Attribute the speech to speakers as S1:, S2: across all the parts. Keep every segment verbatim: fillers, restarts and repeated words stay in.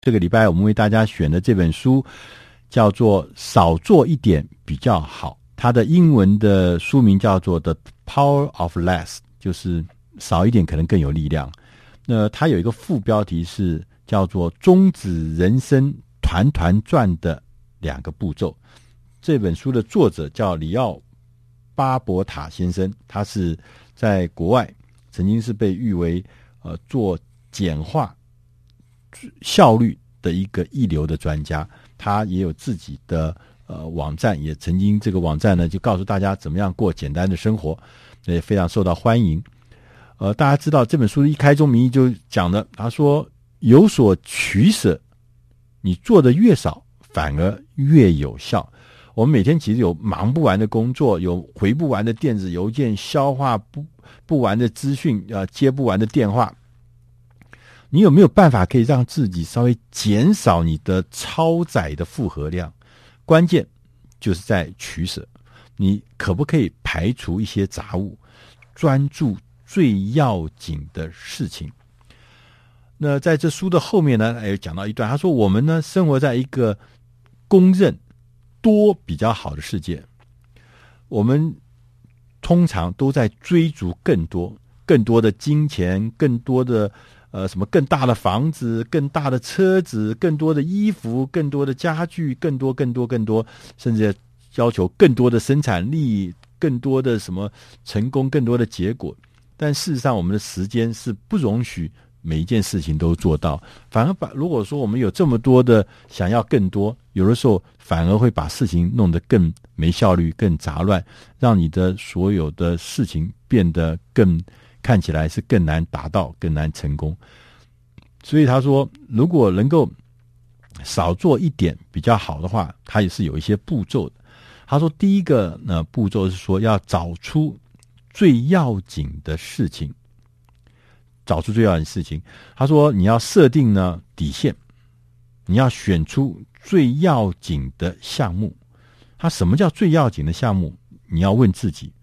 S1: 这个礼拜我们为大家选的这本书叫做少做一点比较好，它的英文的书名叫做 The Power of Less， 就是少一点可能更有力量。那它有一个副标题是叫做终止人生团团转的两个步骤。这本书的作者叫里奥巴伯塔先生，他是在国外曾经是被誉为呃做简化效率的一个一流的专家，他也有自己的呃网站，也曾经这个网站呢就告诉大家怎么样过简单的生活，也非常受到欢迎。呃，大家知道这本书一开宗明义就讲了，他说有所取舍，你做的越少，反而越有效。我们每天其实有忙不完的工作，有回不完的电子邮件，消化不不完的资讯，呃，接不完的电话。你有没有办法可以让自己稍微减少你的超载的负荷量？关键就是在取舍，你可不可以排除一些杂物，专注最要紧的事情？那在这书的后面呢，也讲到一段，他说我们呢生活在一个公认多比较好的世界，我们通常都在追逐更多更多的金钱，更多的呃，什么更大的房子，更大的车子，更多的衣服，更多的家具，更多更多更多，甚至要求更多的生产力，更多的什么成功，更多的结果。但事实上我们的时间是不容许每一件事情都做到，反而把如果说我们有这么多的想要更多，有的时候反而会把事情弄得更没效率，更杂乱，让你的所有的事情变得更看起来是更难达到，更难成功。所以他说如果能够少做一点比较好的话，他也是有一些步骤的。他说第一个呢步骤是说要找出最要紧的事情，找出最要紧的事情。他说你要设定呢底线，你要选出最要紧的项目。他什么叫最要紧的项目？你要问自己，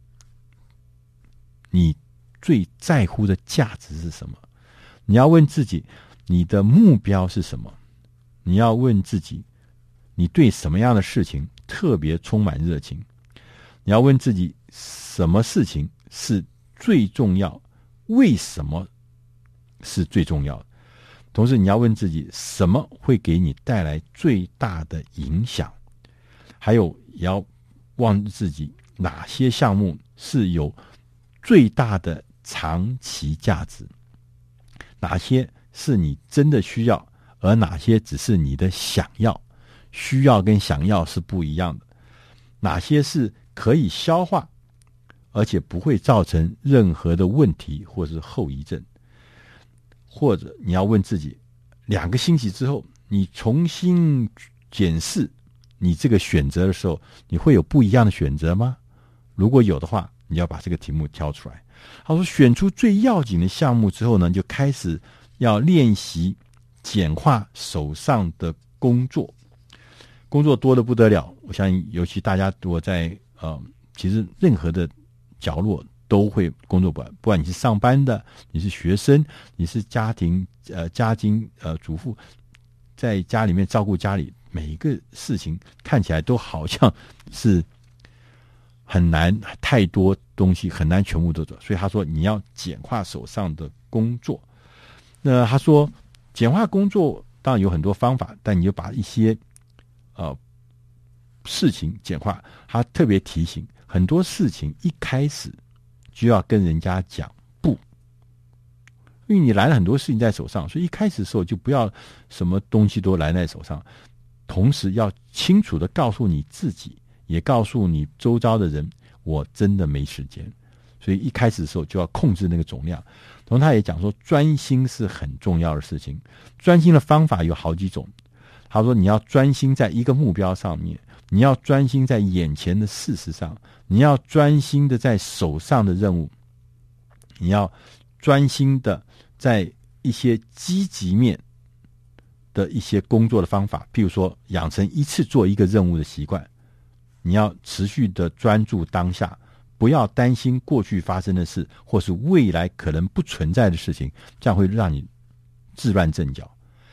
S1: 你最在乎的价值是什么？你要问自己，你的目标是什么？你要问自己，你对什么样的事情特别充满热情？你要问自己，什么事情是最重要？为什么是最重要的？同时你要问自己，什么会给你带来最大的影响？还有也要问自己，哪些项目是有最大的长期价值？哪些是你真的需要，而哪些只是你的想要？需要跟想要是不一样的。哪些是可以消化，而且不会造成任何的问题或是后遗症？或者你要问自己，两个星期之后你重新检视你这个选择的时候，你会有不一样的选择吗？如果有的话，你要把这个题目挑出来。他说选出最要紧的项目之后呢，就开始要练习简化手上的工作。工作多得不得了，我相信尤其大家如果在呃，其实任何的角落都会工作不完，不管你是上班的，你是学生，你是家庭呃家庭呃主妇，在家里面照顾家里，每一个事情看起来都好像是很难，太多东西很难全部都做。所以他说你要简化手上的工作。那他说简化工作当然有很多方法，但你就把一些呃事情简化。他特别提醒，很多事情一开始就要跟人家讲不，因为你来了很多事情在手上，所以一开始的时候就不要什么东西都来在手上。同时要清楚的告诉你自己，也告诉你周遭的人，我真的没时间。所以一开始的时候就要控制那个总量。同时他也讲说，专心是很重要的事情。专心的方法有好几种。他说你要专心在一个目标上面，你要专心在眼前的事实上，你要专心的在手上的任务，你要专心的在一些积极面的一些工作的方法，譬如说养成一次做一个任务的习惯。你要持续的专注当下，不要担心过去发生的事或是未来可能不存在的事情，这样会让你自乱阵脚。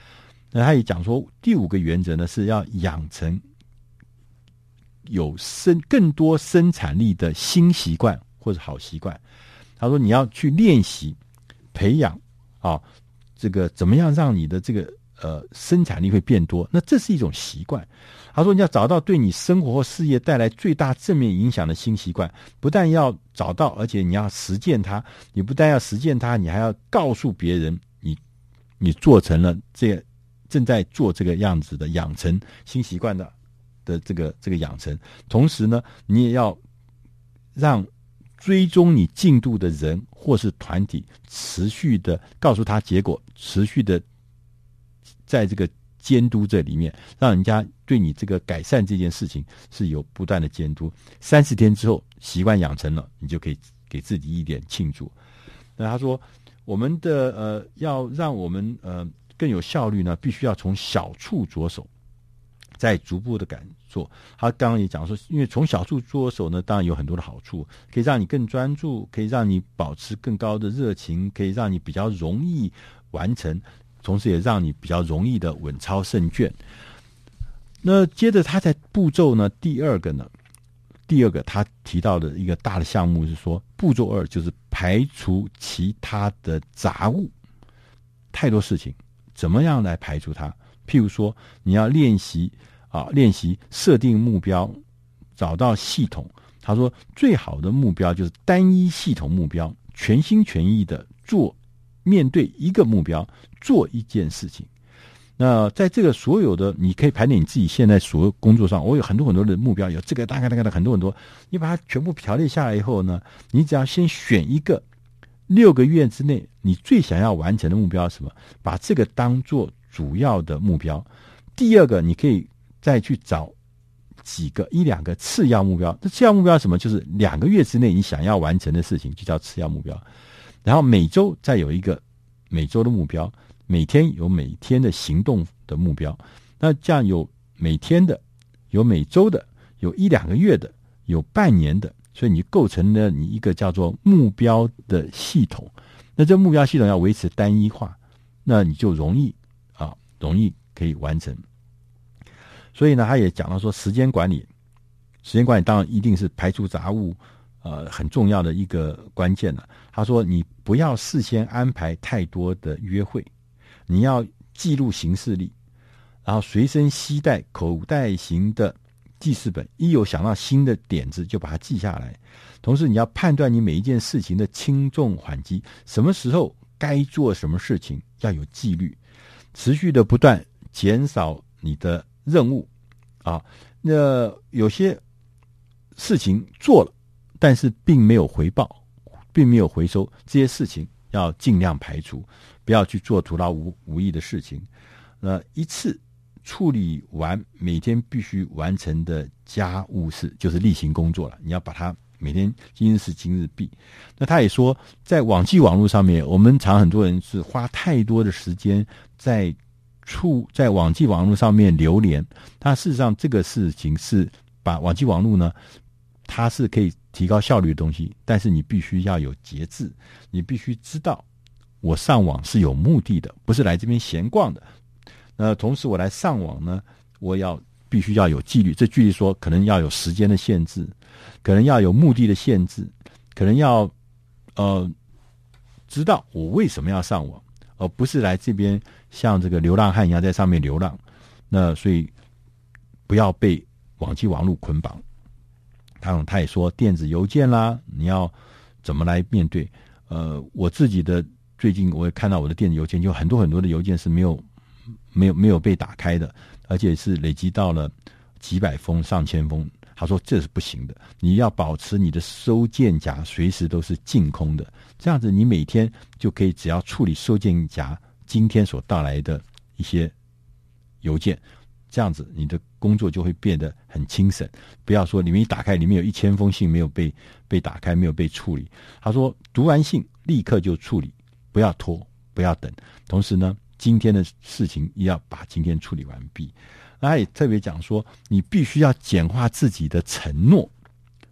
S1: 那他也讲说，第五个原则呢是要养成有生更多生产力的新习惯或者好习惯。他说你要去练习培养啊，这个怎么样让你的这个呃生产力会变多？那这是一种习惯。他说你要找到对你生活或事业带来最大正面影响的新习惯，不但要找到，而且你要实践它。你不但要实践它，你还要告诉别人你你做成了这个。正在做这个样子的养成新习惯的的这个这个养成，同时呢，你也要让追踪你进度的人或是团体持续的告诉他结果，持续的在这个监督这里面，让人家对你这个改善这件事情是有不断的监督。三十天之后习惯养成了，你就可以给自己一点庆祝。那他说，我们的呃要让我们呃。更有效率呢，必须要从小处着手，再逐步的敢做。他刚刚也讲说，因为从小处着手呢，当然有很多的好处，可以让你更专注，可以让你保持更高的热情，可以让你比较容易完成，同时也让你比较容易的稳操胜券。那接着他在步骤呢，第二个呢，第二个他提到的一个大的项目是说，步骤二就是排除其他的杂物，太多事情。怎么样来排除它？譬如说，你要练习啊，练习设定目标，找到系统。他说，最好的目标就是单一系统目标，全心全意的做，面对一个目标，做一件事情。那在这个所有的，你可以盘点你自己现在所有工作上，我有很多很多的目标，有这个大概大概的很多很多，你把它全部条列下来以后呢，你只要先选一个。六个月之内，你最想要完成的目标是什么？把这个当做主要的目标。第二个，你可以再去找几个一两个次要目标。这次要目标是什么？就是两个月之内你想要完成的事情，就叫次要目标。然后每周再有一个每周的目标，每天有每天的行动的目标。那这样有每天的，有每周的，有一两个月的，有半年的。所以你构成了你一个叫做目标的系统，那这目标系统要维持单一化，那你就容易啊，容易可以完成。所以呢，他也讲到说，时间管理，时间管理当然一定是排除杂物，呃，很重要的一个关键了。他说，你不要事先安排太多的约会，你要记录行事历，然后随身携带口袋型的。记事本，一有想到新的点子就把它记下来。同时你要判断你每一件事情的轻重缓急，什么时候该做什么事情，要有纪律，持续的不断减少你的任务啊。那有些事情做了，但是并没有回报，并没有回收，这些事情要尽量排除，不要去做徒劳无无益的事情。那一次处理完每天必须完成的家务事，就是例行工作了。你要把它每天今日事今日毕。那他也说，在网际网络上面，我们常很多人是花太多的时间在处在网际网络上面流连。它事实上这个事情是把网际网络呢，它是可以提高效率的东西，但是你必须要有节制，你必须知道我上网是有目的的，不是来这边闲逛的。那同时我来上网呢，我要必须要有纪律。这纪律说可能要有时间的限制，可能要有目的的限制，可能要呃知道我为什么要上网，而不是来这边像这个流浪汉一样在上面流浪。那所以不要被网际网络捆绑。他他也说电子邮件啦，你要怎么来面对？呃，我自己的最近我也看到我的电子邮件，就很多很多的邮件是没有。没有没有被打开的，而且是累积到了几百封、上千封。他说这是不行的，你要保持你的收件夹随时都是净空的，这样子你每天就可以只要处理收件夹今天所到来的一些邮件，这样子你的工作就会变得很轻省。不要说里面一打开，里面有一千封信没有被被打开，没有被处理。他说读完信立刻就处理，不要拖，不要等。同时呢，今天的事情也要把今天处理完毕。他也特别讲说，你必须要简化自己的承诺，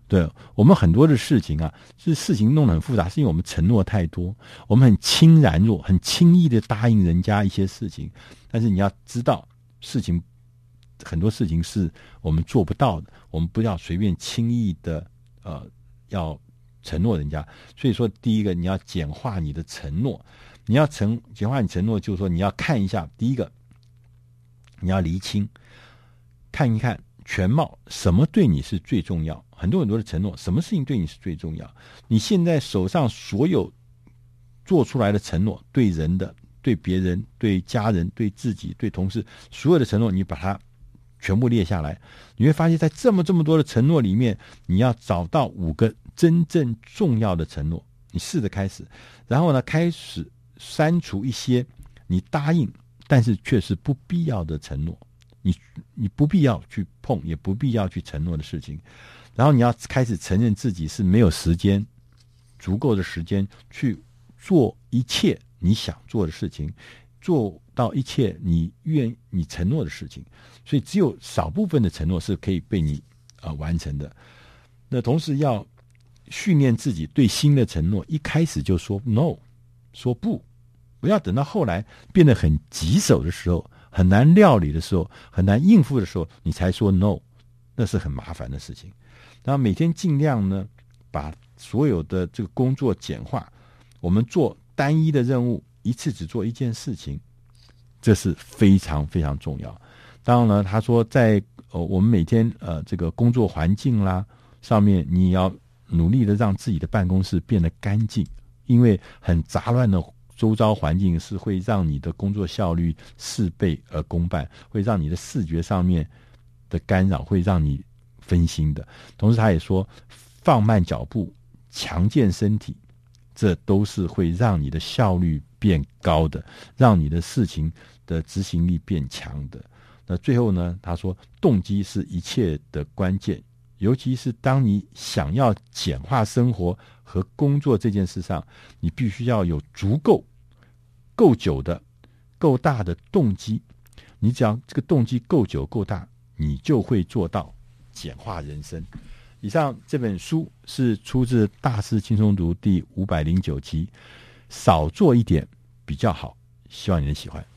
S1: 对，我们很多的事情啊，是事情弄得很复杂，是因为我们承诺太多，我们很轻然若很轻易的答应人家一些事情，但是你要知道，事情很多事情是我们做不到的，我们不要随便轻易的呃要承诺人家。所以说，第一个你要简化你的承诺，你要承简化你承诺，就是说你要看一下，第一个你要厘清，看一看全貌，什么对你是最重要。很多很多的承诺，什么事情对你是最重要？你现在手上所有做出来的承诺，对人的、对别人、对家人、对自己、对同事，所有的承诺，你把它全部列下来，你会发现在这么这么多的承诺里面，你要找到五个真正重要的承诺，你试着开始，然后呢，开始删除一些你答应但是却是不必要的承诺，你你不必要去碰，也不必要去承诺的事情。然后你要开始承认自己是没有时间，足够的时间去做一切你想做的事情，做到一切你愿你承诺的事情。所以只有少部分的承诺是可以被你呃完成的。那同时要训练自己对新的承诺一开始就说 no， 说不，不要等到后来变得很棘手的时候，很难料理的时候，很难应付的时候，你才说 no， 那是很麻烦的事情。然后每天尽量呢，把所有的这个工作简化，我们做单一的任务，一次只做一件事情，这是非常非常重要。当然了，他说在、呃、我们每天呃这个工作环境啦上面，你要努力的让自己的办公室变得干净，因为很杂乱的周遭环境是会让你的工作效率事倍而功半，会让你的视觉上面的干扰，会让你分心的。同时他也说，放慢脚步，强健身体，这都是会让你的效率变高的，让你的事情的执行力变强的。那最后呢，他说动机是一切的关键，尤其是当你想要简化生活和工作这件事上，你必须要有足够够久的够大的动机。你只要这个动机够久够大，你就会做到简化人生。以上这本书是出自《大师轻松读》第五百零九集，少做一点比较好，希望你能喜欢。